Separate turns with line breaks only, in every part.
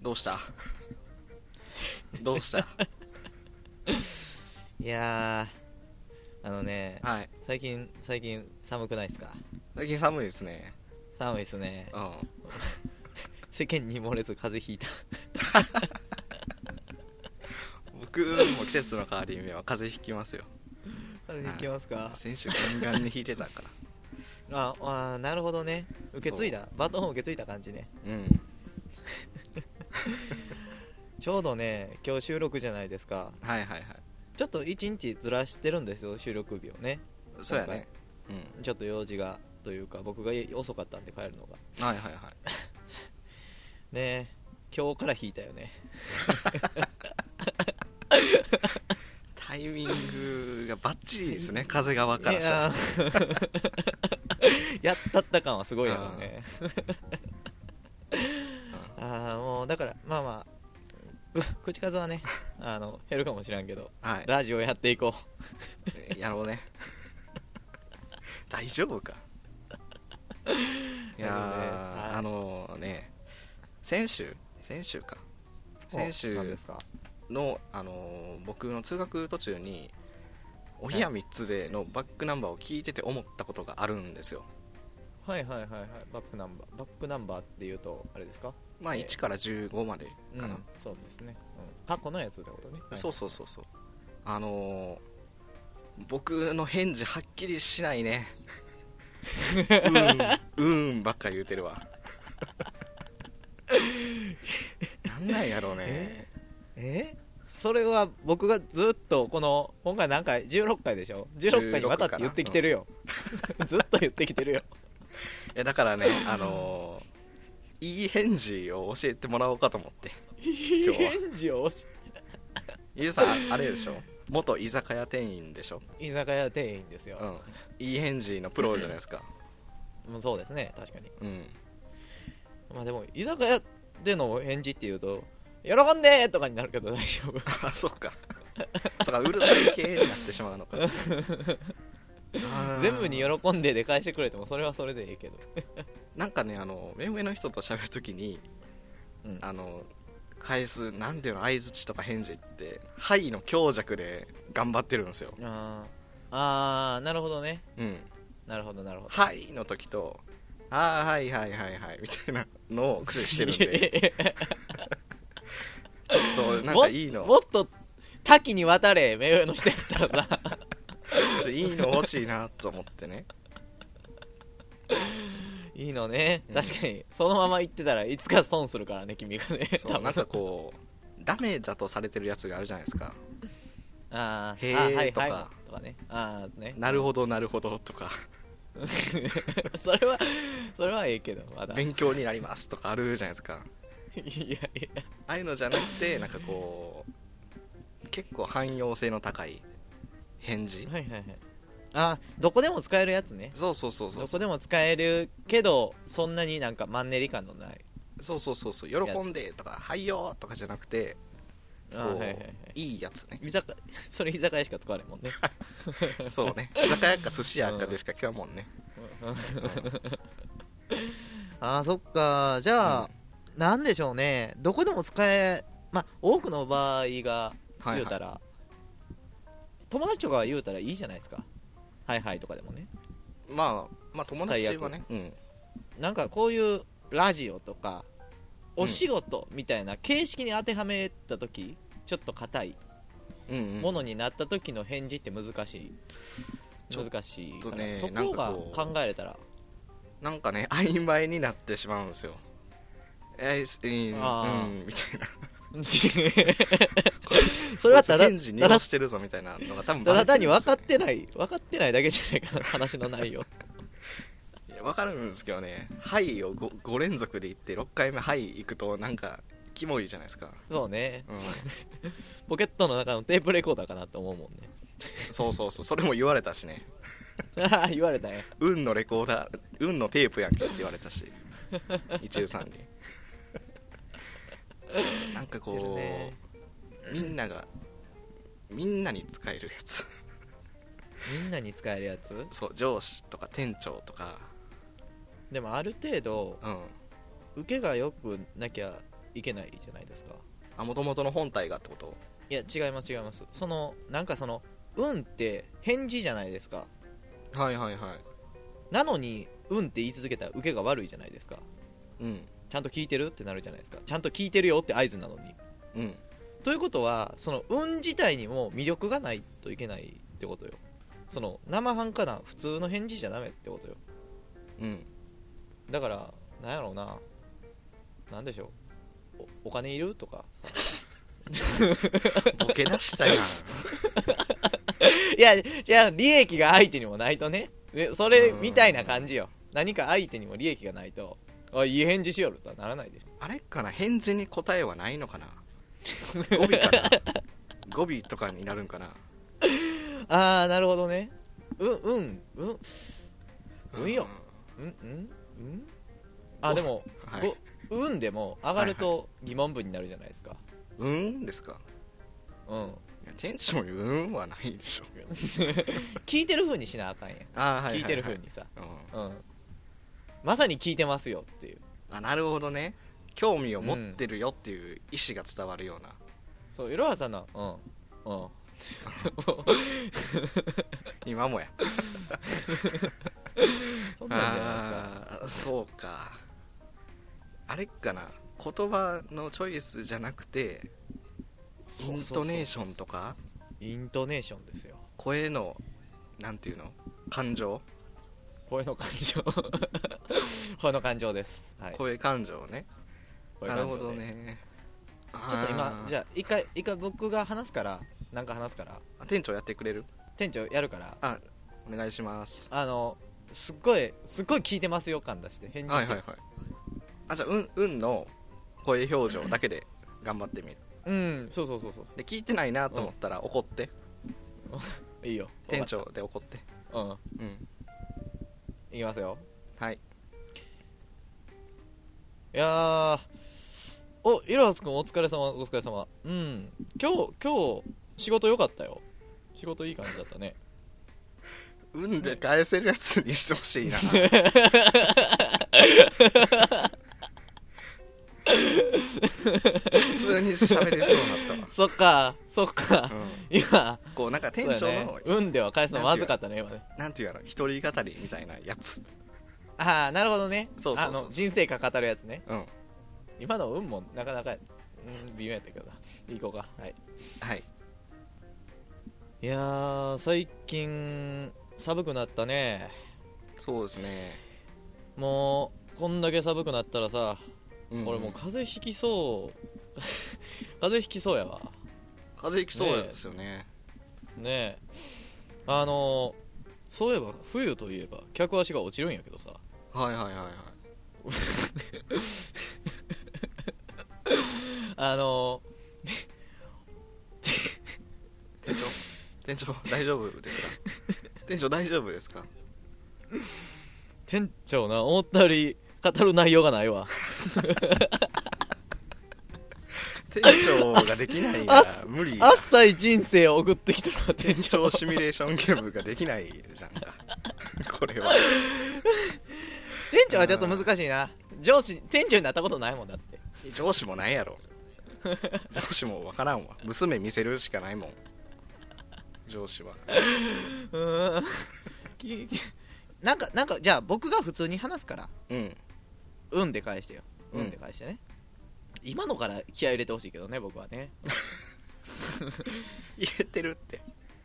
どうしたどうした
いやね、
はい。
最近寒くないですか？
最近寒いですね。
寒いですね。
うん。
世間に漏れず風邪ひいた。
僕も季節の変わり目は風邪ひきますよ。
風邪ひきますか？
先週ガンガンにひいてたから。
なるほどね。受け継いだ、バトンを受け継いだ感じね。
うん。
ちょうどね、今日収録じゃないですか。
はいはいはい。
ちょっと1日ずらしてるんですよ、収録日をね。
そうやね。
ちょっと用事がというか、僕が遅かったんで帰るのが
はいはいはい。
ね。今日から引いたよね。
タイミングがバッチリですね、風側からしたら。
やったった感はすごいやろうね。もうだからまあまあ口数はね減るかもしれんけど、
はい、
ラジオやっていこ
う。やろうね。大丈夫か。いやー、ね、先週か先週の、僕の通学途中にお部屋3つでのバックナンバーを聞いてて思ったことがあるんですよ。
はいはいはいはい。バックナンバーっていうとあれですか？
まあ1から15までかな、
そうですね、過去のやつってことね、はい、
そう僕の返事はっきりしないね。ばっか言うてるわ。なんなんやろうね。
それは僕がずっと今回何回16回でしょ、16回にわたって言ってきてるよ、ずっと言ってきてるよ。
いやだからね、いい返事を教えてもらおうかと思って。
いい返事を
ゆうさんあれでしょ、元居酒屋店員でしょ。
居酒屋店員ですよ、
いい返事のプロじゃないですか。
もうそうですね、確かに。まあでも居酒屋での返事っていうと喜んでーとかになるけど大丈夫？
あ、そっか。そうか、うるさい系になってしまうのか。
全部に喜んでで返してくれてもそれはそれでいいけど。
なんかね、目上の人と喋るときに、返すなんていうの、相づちとか返事ってはいの強弱で頑張ってるんですよ。
なるほどね。なるほど。
はいの時とはいはいはいはいみたいなのを駆使してるんでちょっとなんかいいの
もっと多岐にわたれ、目上の人やったらさ
いいの欲しいなと思ってね。
いいのね、確かにそのまま言ってたらいつか損するからね、君がね。
そう、なんかこうダメだとされてるやつがあるじゃないですか。へーとか
ね、
なるほどなるほどとか
それはええけど、まだ
勉強になりますとかあるじゃないですか。
いや
ああいうのじゃなくて、なんかこう結構汎用性の高い返事、
どこでも使えるやつね。
そう
どこでも使えるけどそんなになんかマンネリ感のない、
そう喜んでとかはいよとかじゃなくて、いいやつね。
それ居酒屋しか使われんもんね。
そうね、居酒屋か寿司屋かでしか聞かんもんね。
そっか。じゃあ、なんでしょうね、どこでも使え、多くの場合が言うたら、友達とかは言うたらいいじゃないですか。はいはいとかでもね。
まあ友達はね、
なんかこういうラジオとかお仕事みたいな形式に当てはめた時、ちょっと硬いものになった時の返事って難しいから、ね、そこが考えれたら
なんかね曖昧になってしまうんですよ。みたいな
それはただ
返事に押してるぞみたいなのが多分
ただ単に分かってないだけじゃないかな、話の内容。
いや分かるんですけどね、はいを 5連続で言って6回目はい行くとなんかキモいじゃないですか。
そうね、ポケットの中のテープレコーダーかなと思うもんね。
そうそれも言われたしね。
言われたね。
運のレコーダー、運のテープやんけって言われたし一流さんになんかこう、みんなに使えるやつ
みんなに使えるやつ。
そう、上司とか店長とか。
でもある程度、受けが良くなきゃいけないじゃないですか。
あ、元々の本体がってこと？
いや違います。なんか運って返事じゃないですか。
はいはいはい。
なのに運って言い続けたら受けが悪いじゃないですか。
うん。
ちゃんと聞いてるってなるじゃないですか。ちゃんと聞いてるよって合図なのに。
うん。
ということはその運自体にも魅力がないといけないってことよ。その生半可な普通の返事じゃダメってことよ。
うん。
だからなんやろうな、なんでしょう、お金いるとかさ
ボケ出したやん。
いやじゃあ利益が相手にもないとね、それみたいな感じよ。何か相手にも利益がないと、いい返事しよるとはならないです。
あれかな、返事に答えはないのかな。語尾かな。語尾とかになるんかな。
あーなるほどね。運よ。あでも、はい、運でも上がると疑問文になるじゃないですか。
運ですか。うん。テンション運はないでしょ。
聞いてる風にしなあかんやん。聞いてる風にさ、まさに聞いてますよっていう。
あ、なるほどね。興味を持ってるよっていう意思が伝わるような。
そう、いろはさんの
今もや。
そんなんじゃないですか。
そうか。あれかな、言葉のチョイスじゃなくてイントネーションとか。
イントネーションですよ。
声のなんていうの、感情。
声の感情。声の感情です、はい、
声感情ね。なるほどね。
ちょっと今じゃあ一回僕が話すから、なんか話すから。
店長やってくれる？
店長やるから。
あ、お願いします。
すっごい聞いてますよ感出して返事して。はいはいはい。
あ、じゃあ運の声表情だけで頑張ってみる。
うん、そう
で聞いてないなと思ったら怒って。
いいよ。
店長で怒って。
うん。いきますよ。
はい。
いやー、いろはすくんお疲れ様。うん。今日仕事良かったよ。仕事いい感じだったね。
運で返せるやつにしてほしいな。普通に喋れそうになったわ。
そっか、今
こうなんか店長の、
運では返すのまずかったね今ね。
なんていうの、一人語りみたいなやつ。
ああ、なるほどね。
そう
人生が語るやつね。
うん。
今の運もなかなか微妙やったけどな。行こうか。はい
はい。
いやー、最近寒くなったね。
そうですね。
もうこんだけ寒くなったらさ、俺もう風邪ひきそう風邪ひきそうやわ。
風邪ひきそうですよね。
ねえ、そういえば冬といえば客足が落ちるんやけどさ。
はいはいはいはい。店長大丈夫ですか？店長大丈夫ですか？
店長な、思ったより語る内容がないわ。
店長ができないから無理。
あっさい人生を送ってきたのは
店長シミュレーションゲームができないじゃんか。これは
店長はちょっと難しいな。店長になったことないもんだって。
上司もないやろ。上司もわからんわ。娘見せるしかないもん、上司は。
なんかじゃあ僕が普通に話すから、運で返してよ。運で返してね。今のから気合い入れてほしいけどね、僕はね。
入れてるって。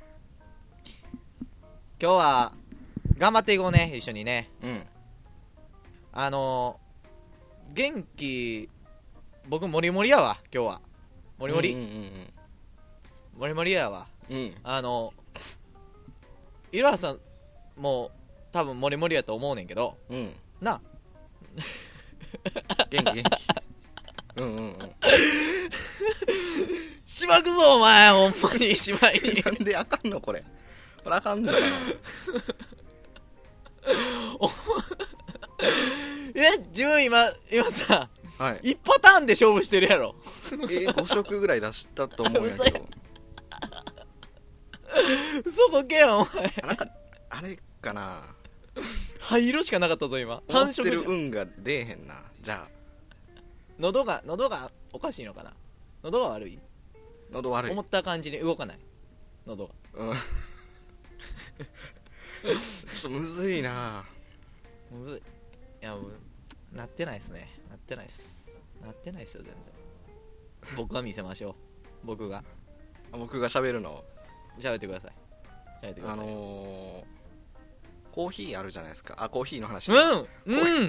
今日は頑張っていこうね、一緒にね。元気、僕モリモリやわ今日は。モリモリ、モリモリやわ。いろはさんも多分モリモリやと思うねんけど、な
元気
しばくぞお前、ほんまにしまいに。
なんであかんのこれあかんのかな。
自分今さ、
はい、
1パターンで勝負してるやろ。
5色ぐらい出したと思うんやけど。
嘘こけよお前。
なんかあれかな、
灰色しかなかったぞ今。
単色じゃん。運が出えへんな。じゃあ
喉がおかしいのかな。喉が悪い。
喉悪い。
思った感じに動かない。喉が。
ちょっとむずいな。
むずい。いやもうなってないですね。なってないです。なってないですよ全然。僕が見せましょう。僕が
喋るの。
喋ってください。喋ってください。
コーヒーあるじゃないですか。コーヒーの話。
うん。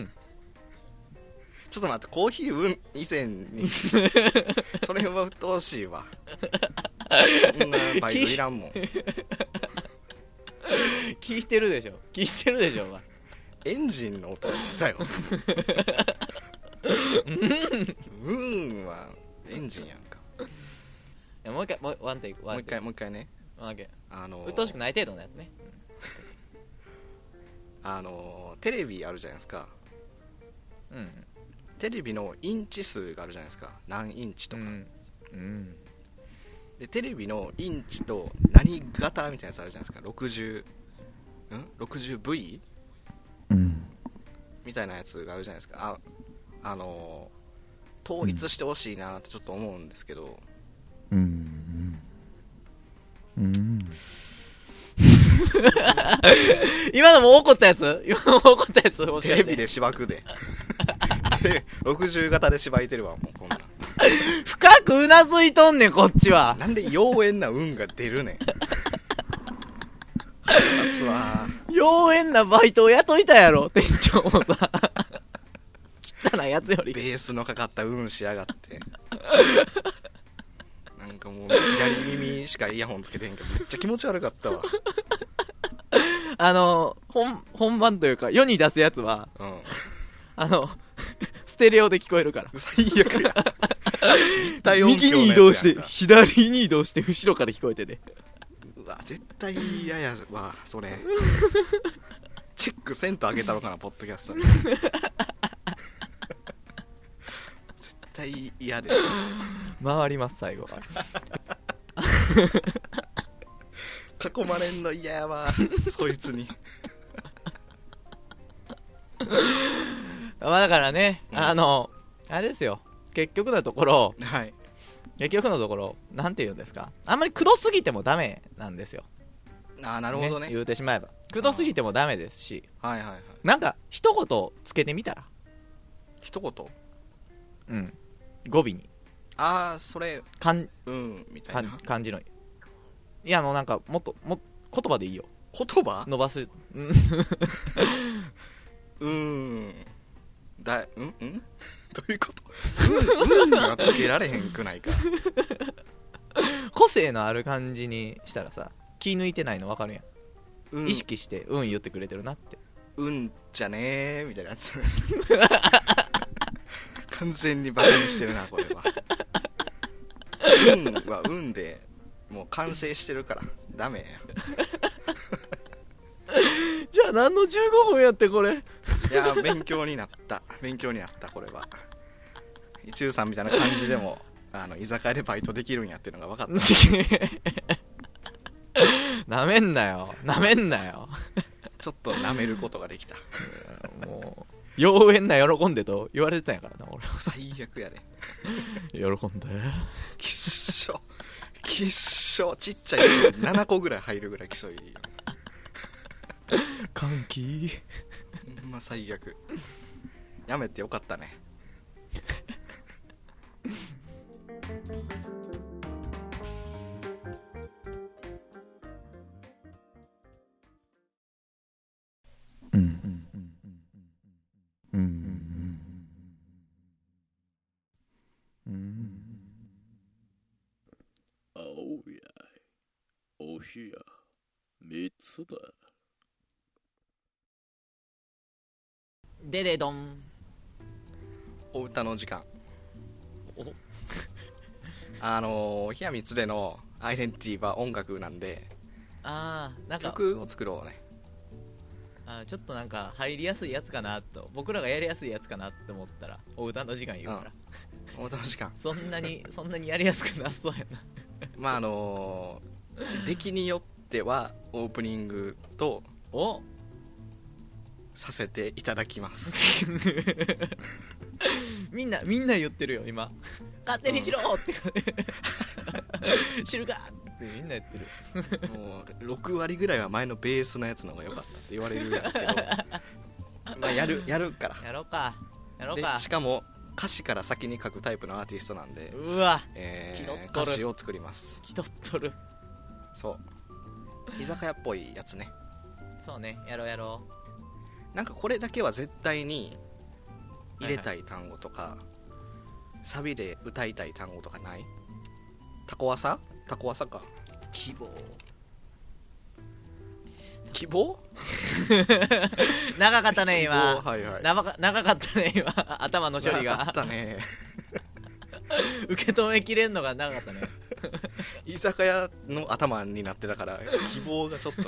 ちょっと待って、コーヒー以前にそれは鬱陶しいわ。そんなバイトいらんもん。
聞いてるでしょお前。
エンジンの音してたよ。はエンジンやんか。
いやもう一回ワンテイク。
もう一回ね。
鬱陶しくない程度のやつね。
テレビあるじゃないですか。
うん。
テレビのインチ数があるじゃないですか。何インチとか。でテレビのインチと何型みたいなやつあるじゃないですか。60V、みたいなやつがあるじゃないですか。統一してほしいなってちょっと思うんですけど。
今のも怒ったやつ
テレビでしばくで60型でしばいてるわ。もうこんな
深くうなずいとんねんこっちは。
なんで妖艶な運が出るねん。
妖艶なバイトを雇いたやろ店長もさ。汚いやつより
ベースのかかった運しやがって。なんかもう左耳しかイヤホンつけてへんけどめっちゃ気持ち悪かったわ。
本番というか世に出すやつは、ステレオで聞こえるから。
最悪や。
右に移動して左に移動して後ろから聞こえてて、
うわ絶対嫌やわそれ。チェックせんとあげたのかなポッドキャストに。絶対嫌です。
回ります最後。
囲まれんの嫌やわそいつに。
だからね、あれですよ、結局のところなんて言うんですか、あんまりくどすぎてもダメなんですよ。
なるほどね。
言うてしまえばくどすぎてもダメですし、
はいはいはい。
なんか一言つけてみたら。
一言？
語尾に
それみたいな
感じの。いやなんかもっと言葉でいいよ。
言葉
伸ばす。
どういうこと？にはつけられへんくないか。
個性のある感じにしたらさ、気抜いてないの分かるやん。意識して言ってくれてるなって。
じゃねーみたいなやつ。完全にバカにしてるなこれは。はでもう完成してるからダメや。
じゃあ何の15分やってこれ。
いや勉強になったこれは。中さんみたいな感じでも居酒屋でバイトできるんやっていうのが分かった。
なめんなよ
ちょっとなめることができた。
もう妖艶な喜んでと言われてたんやからな俺。
最悪やで。
喜んで
きっしょちっちゃい7個ぐらい入るぐらいきしょい。
歓喜。
最悪。やめてよかったね。
お部屋3つだ。
ででどん。
お歌の時間。お部屋3つでのアイデンティティは音楽なんで、
なんか
曲を作ろうね。
ちょっとなんか入りやすいやつかなと、僕らがやりやすいやつかなって思ったらお歌の時間言うから、
お歌の時間
そんなにやりやすくなそうやな。
まあ出来によってはオープニングとさせていただきます。
みんな言ってるよ今。勝手にしろって知るかってみんな言ってる。
もう6割ぐらいは前のベースのやつの方が良かったって言われるんやけどまあやるから
やろうか
でしかも歌詞から先に書くタイプのアーティストなんで、
うわ、
歌詞を作ります。
気取っとる。
そう居酒屋っぽいやつね。
そうね、やろ
う。なんかこれだけは絶対に入れたい単語とか、はいはい、サビで歌いたい単語とかない？タコワサか。
希
望
長かったね今、
はいはい、
長かったね今頭の処理が
長かったね
受け止めきれんのが長かったね
居酒屋の頭になってたから希望がちょっと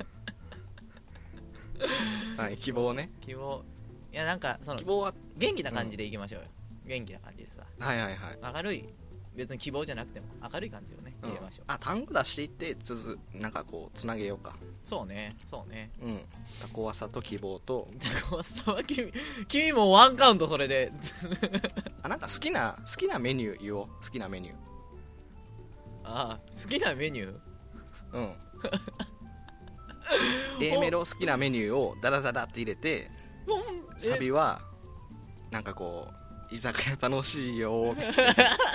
はい希望ね。
希望、いやなんかその
希望は
元気な感じでいきましょうよ、元気な感じでさ、
はいはいはい、
明るい、別に希望じゃなくても明るい感じをね入れましょう。
あ、単語出していってなんかこうつなげようか。
そうね
うん。タコワサと希望と
タコワサは君もワンカウントそれで
あ、なんか好きなメニュー言おう。好きなメニュー。
ああ、好きなメニュー、
うん。A メロ好きなメニューをダラダラって入れて、サビはなんかこう居酒屋楽しいよみたいな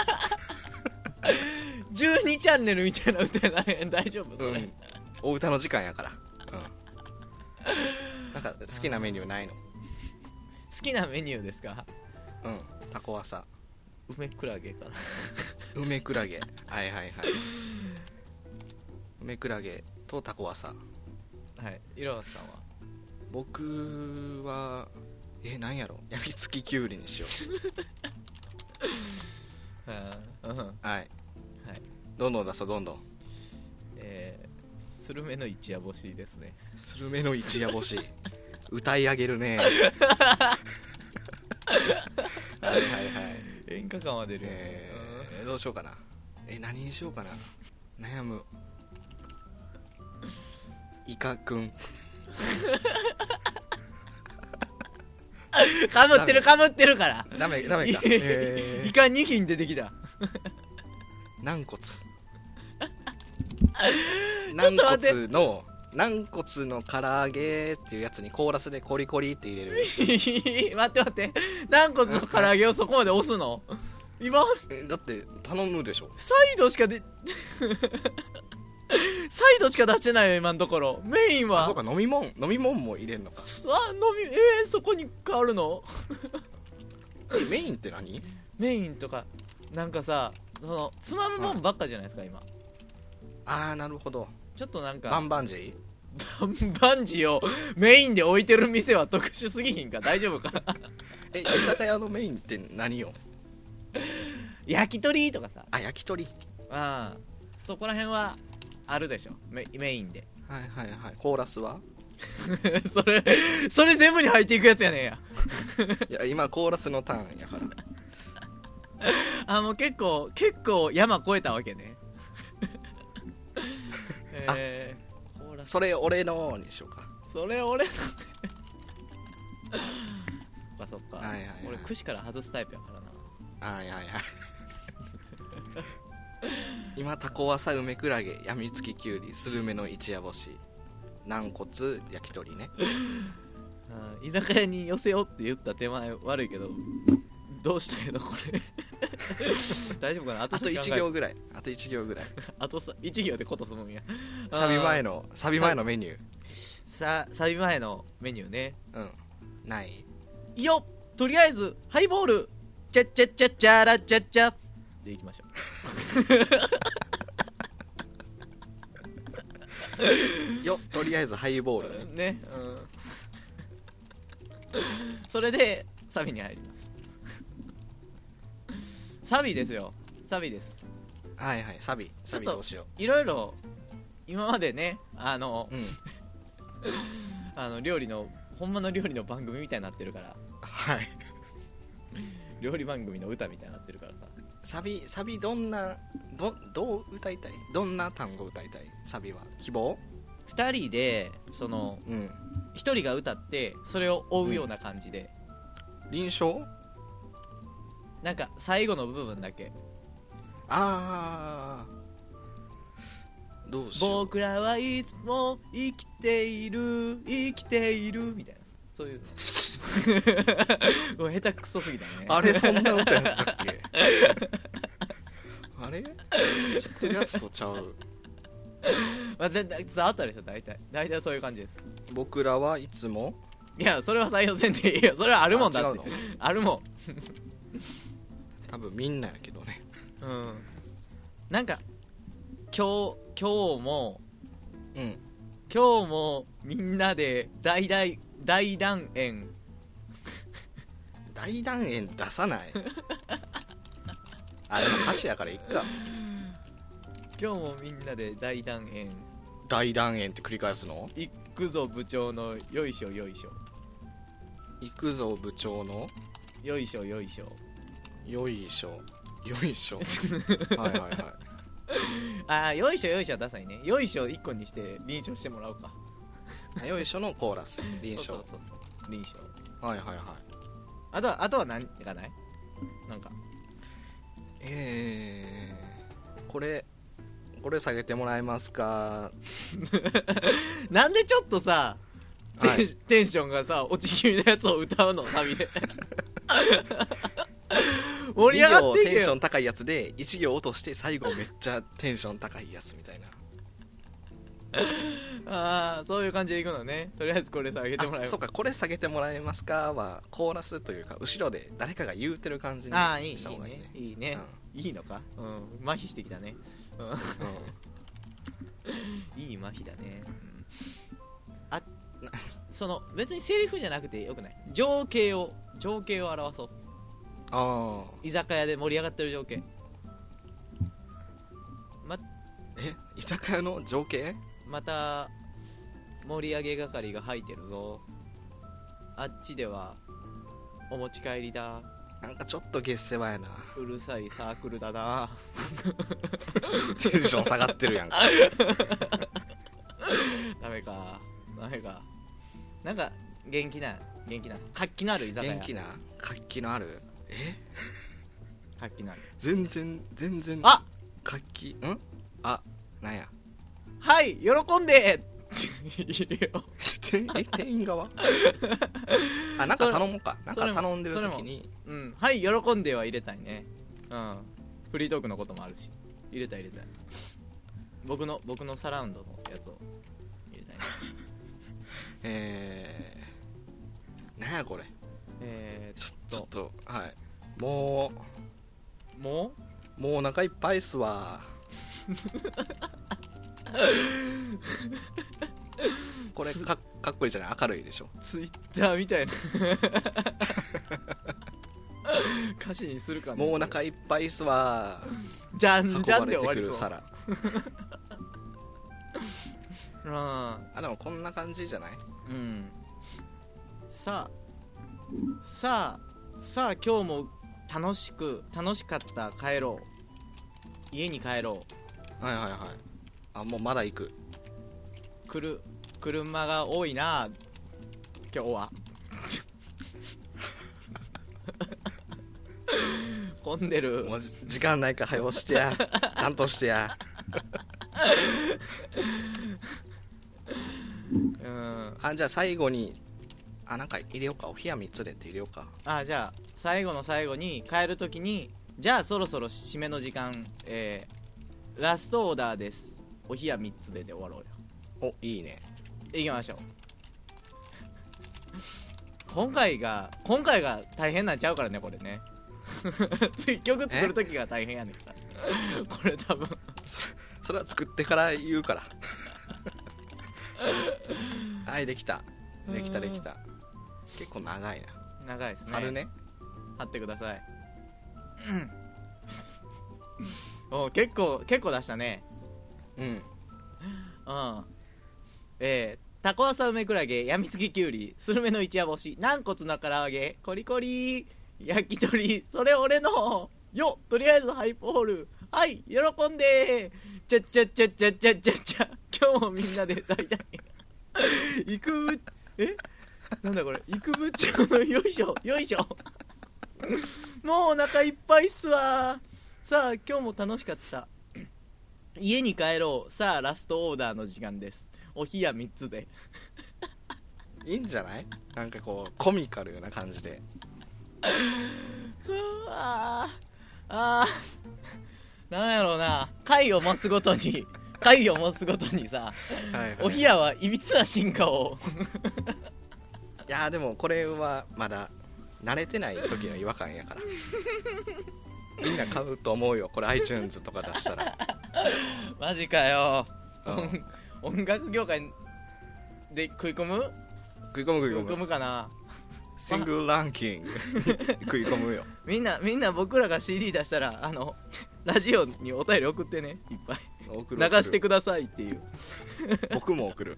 12チャンネルみたいな歌なね、大丈夫それ、
うん、お歌の時間やから、うん、なんか好きなメニューないの？
好きなメニューですか？
うん、タコワサ、
梅クラゲかな
梅クラゲ、はいはいはい、梅クラゲとタコワサ。
はい、色橋さんは？
僕はなんやろ、やみつききゅうりにしようはい、どんどん出そう、どんどん。
スルメの一夜干しですね。
スルメの一夜干し歌い上げるねはいはいはい、
演歌感は出る、
どうしようかな。何にしようかな、悩む。イカくん
かぶってるから
ダメか、
イカ2品出てきた
軟骨
ちょっと待って、
軟骨の唐揚げっていうやつにコーラスでコリコリって入れる
待って軟骨の唐揚げをそこまで押すの今
だって頼むでしょ。
サイドしかサイドしか出してないよ今のところ。メインは
そうか、飲み物も入れるのか。
そこに変わるの
メインって何？
メインとかなんかさ、そのつまむもんばっかじゃないですか今。
ああ、なるほど。
ちょっとなんか
バンバンジ
ーをメインで置いてる店は特殊すぎひんか？大丈夫か
居酒屋のメインって何よ？
焼き鳥とかさ。
あ、焼き鳥。
ああ、そこら辺はあるでしょ、メインで。
はいはいはい。コーラスは
それ全部に入っていくやつやねんや
いや今コーラスのターンやから
もう結構山越えたわけね
コーラス、それ俺のにしようか。
それ俺のそっか、
はいはいはい、
俺串から外すタイプやからな。
はいはいはい今タコワサ、梅クラゲ、やみつききゅうり、スルメの一夜干し、軟骨、焼き鳥ね
居酒屋に寄せようって言った手前悪いけど、どうしたらいいのこれ大丈夫かな。あと
1行ぐらいあと
1行でことすむんや。
サビ前のメニュー。
サビ前のメニューね。
うん、ない
よっ、とりあえずハイボールチャッチャッチャッチャラチャッチャでいきましょ
うよっ、とりあえずハイボール
ね、それでサビに入ります。サビですよ、サビです。
はいはい、サビどうしよ
う。いろいろ今までね、料理のほんまの料理の番組みたいになってるから、
はい
料理番組の歌みたいになってるからさ。
サビどう歌いたい？どんな単語歌いたい？サビは希望
2人でその、1人が歌ってそれを追うような感じで、
臨床
なんか最後の部分だけ、
あーどうしよう。
僕らはいつも生きているみたいな、そういうのこれ下手くそすぎたね。
あれそんな歌やったっけあれ知ってるやつとちゃう。
まあ、伝わったでしょ、大体そういう感じです。
僕らはいつも、
いやそれは採用せんでいいよ、それはあるもんだって。
違うの
あるもん
多分みんなやけどね。
うん、なんか今日も
うん
みんなで大団円
大団円出さないあ、でも歌詞やからいっか。
今日もみんなで大団円
大団円って繰り返すの。
行くぞ部長のよいしょよいしょ
行くぞ部長の
よいしょよいしょ
よいしょよいしょはいはいはい。
あ、よいしょよいしょはダサいね。よいしょ1個にして臨床してもらおうか。
よいしょのコーラス臨床。
そう臨床。
はいはいはい。
あとは何がない？なんか
これ下げてもらえますか
なんでちょっとさ、
はい、
テンションがさ落ち気味なやつを歌うのサビで盛り上がっていけよ。
テンション高いやつで1行落として最後めっちゃテンション高いやつみたいな
ああ、そういう感じでいくのね。とりあえずこれ下げてもらえます。
そうか、これ下げてもらえますかはコーラスというか後ろで誰かが言うてる感じにした方がいいね。
いいね、うん、いいのか、うん、麻痺してきたね、うん、いい麻痺だね、うん、あ、その別にセリフじゃなくてよくない？情景を表そう。
ああ、
居酒屋で盛り上がってる情景、
居酒屋の情景？
また盛り上げ係が入ってるぞ、あっちではお持ち帰りだ、
なんかちょっと下世話やな、
うるさいサークルだな
テンション下がってるやんか
ダメかなんか元気な活気のある居酒屋、
活気のある
活気のある、
全然
あ、
活気あ、なんや、
はい喜んでいるよ
店員側あ、なんか頼もうか、なんか頼んでる時に、
うん、はい喜んでは入れたいね、うん、フリートークのこともあるし、入れたい僕のサラウンドのやつを入れたいね
なんやこれ、ちょっとはいもうお腹いっぱいっすわこれかっこいいじゃない、明るいでしょ、
ツイッターみたいな歌詞にするかな。
もうお腹いっぱいっすわ
じゃんじゃんで終わりそう
皿
あ、
でもこんな感じじゃない？
うん。さあ今日も楽しかった、帰ろう、家に帰ろ
う。はいはいはい。あ、もうまだ行く。
車が多いな今日は混んでる。
もう時間ないから早押してやちゃんとしてや
うん。
じゃあ最後になんか入れようか、お冷や3つでって入れようか。
じゃあ最後の最後に帰るときに、じゃあそろそろ締めの時間、ラストオーダーです、お冷や3つで終わろうよ。
お、いいね。
いきましょう。今回が大変なんちゃうからね、これね曲作るときが大変やねんからこれ多分
それは作ってから言うからはい、できた。結構長いな。
長いですね。
貼るね。
貼ってください。お、結構出したね。
うん。
タコワサ梅クラゲ、やみつききゅうり、スルメの一夜干し、軟骨の唐揚げ、コリコリ焼き鳥、それ俺のよ、とりあえずハイボール、はい、喜んでちゃ今日もみんなで大々なんだこれ、育部長のよいしょもうお腹いっぱいっすわ。さあ今日も楽しかった。家に帰ろう。さあラストオーダーの時間です。お冷や3つで
いいんじゃない？なんかこうコミカルな感じで。
なんやろうな、回を増すごとにさ、はいはい、お冷やはいびつな進化を
いやでもこれはまだ慣れてない時の違和感やからみんな買うと思うよ、これ iTunes とか出したら。
マジかよ、音楽業界で食い込むかな。
シングルランキング食い込むよ。
みんな僕らが CD 出したらラジオにお便り送ってね、いっぱい流してくださいっていう
僕も送る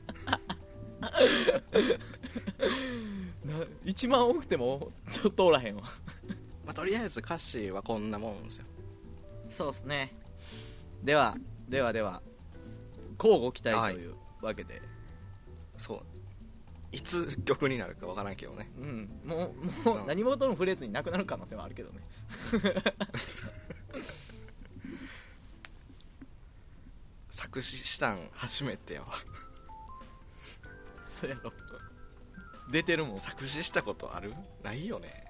1万多くても通らへんわ
まあ、とりあえず歌詞はこんなもんですよ。
そうっすね。では乞うご期待というわけで、
そういつ曲になるかわからんけどね。
もう何事も触れずになくなる可能性はあるけどね
作詞したん初めてやわ。
そうやろ、出てるもん。
作詞したことある？ないよね。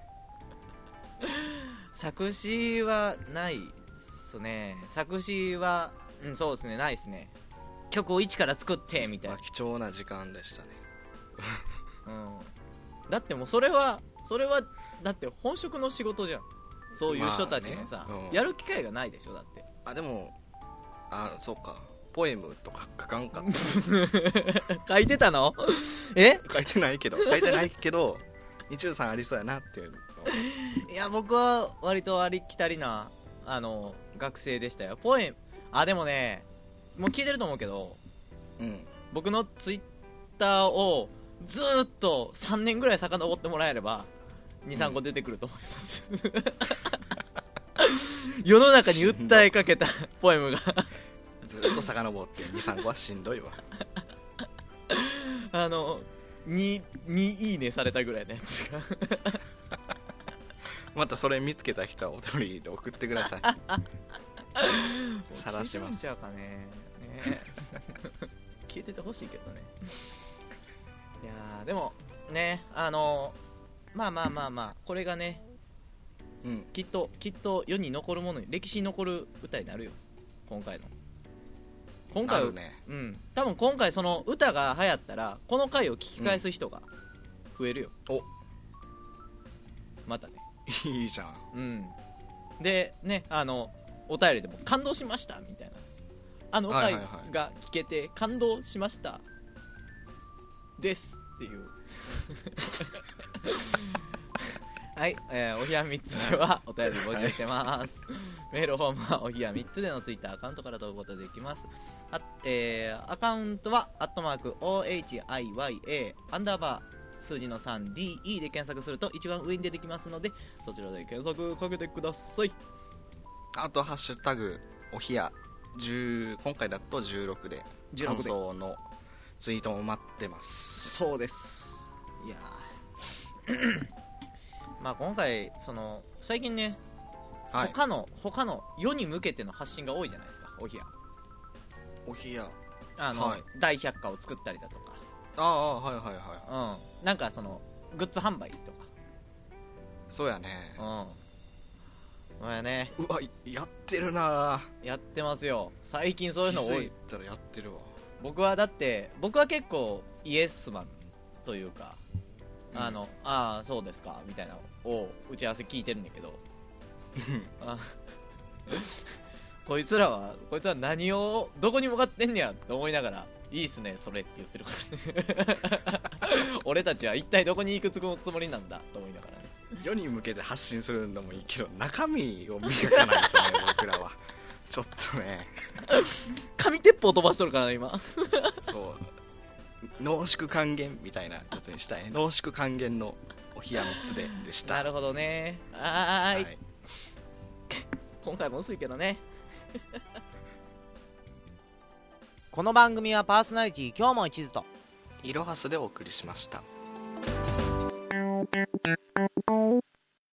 作詞はないっすね。作詞はそうですね、ないっすね。曲を一から作ってみたいな、
貴重な時間でしたね
だってもうそれはだって本職の仕事じゃん、そういう人たちのさ、やる機会がないでしょ。だって
でもそうか、ポエムとか書かんかった
書いてたの？
書いてないけどみちゅうさんありそうやなっていうの。
いや僕は割とありきたりな学生でしたよ。ポエムでもね、もう聞いてると思うけど、僕のツイッターをずーっと3年ぐらい遡ってもらえれば 2,3 個出てくると思います、世の中に訴えかけたポエムが
ずっと遡って 2,3 個はしんどいわ
2いいねされたぐらいのやつが
またそれ見つけた人はお便りで送ってください晒します。
聞いてみちゃうかね聞いててほしいけどね。いやでもね、まあこれがね、きっと世に残るものに、歴史に残る歌になるよ。今回はね、多分今回その歌が流行ったらこの回を聞き返す人が増えるよ、またね。
いいじゃん。
でね、お便りでも感動しましたみたいな、回が聞けて感動しましたですっていうはい、おひや3つではお便り募集してます、メールフォームはおひや3つでのツイッターアカウントから飛ぶことができます。アカウントは@OHIYA_ 数字の 3DE で検索すると一番上に出てきますので、そちらで検索かけてください。
あとハッシュタグおひや今回だと16で感想のツイートも待ってます。
そうです。いやまあ今回最近ね、他の世に向けての発信が多いじゃないですか。おひや大百科を作ったりだとか、なんかグッズ販売とか。
そうやね。
ね、
うわ、やってるな。
やってますよ最近。そういうの多い。
気づいたらやってるわ。僕
は結構イエスマンというか、そうですかみたいなのを打ち合わせ聞いてるんだけどこいつらは何をどこに向かってんねやと思いながら、いいっすねそれって言ってるからね俺たちは一体どこに行くつもりなんだと思いながらね。
世に向けて発信するのもいいけど、中身を磨かないとね僕らはちょっとね
紙鉄砲飛ばしとるからね今
そう濃縮還元みたいなやつにしたい。濃縮還元のおひや3つでした。
なるほどね。はい、今回も薄いけどねこの番組はパーソナリティ今日も一途と
いろはすでお送りしました。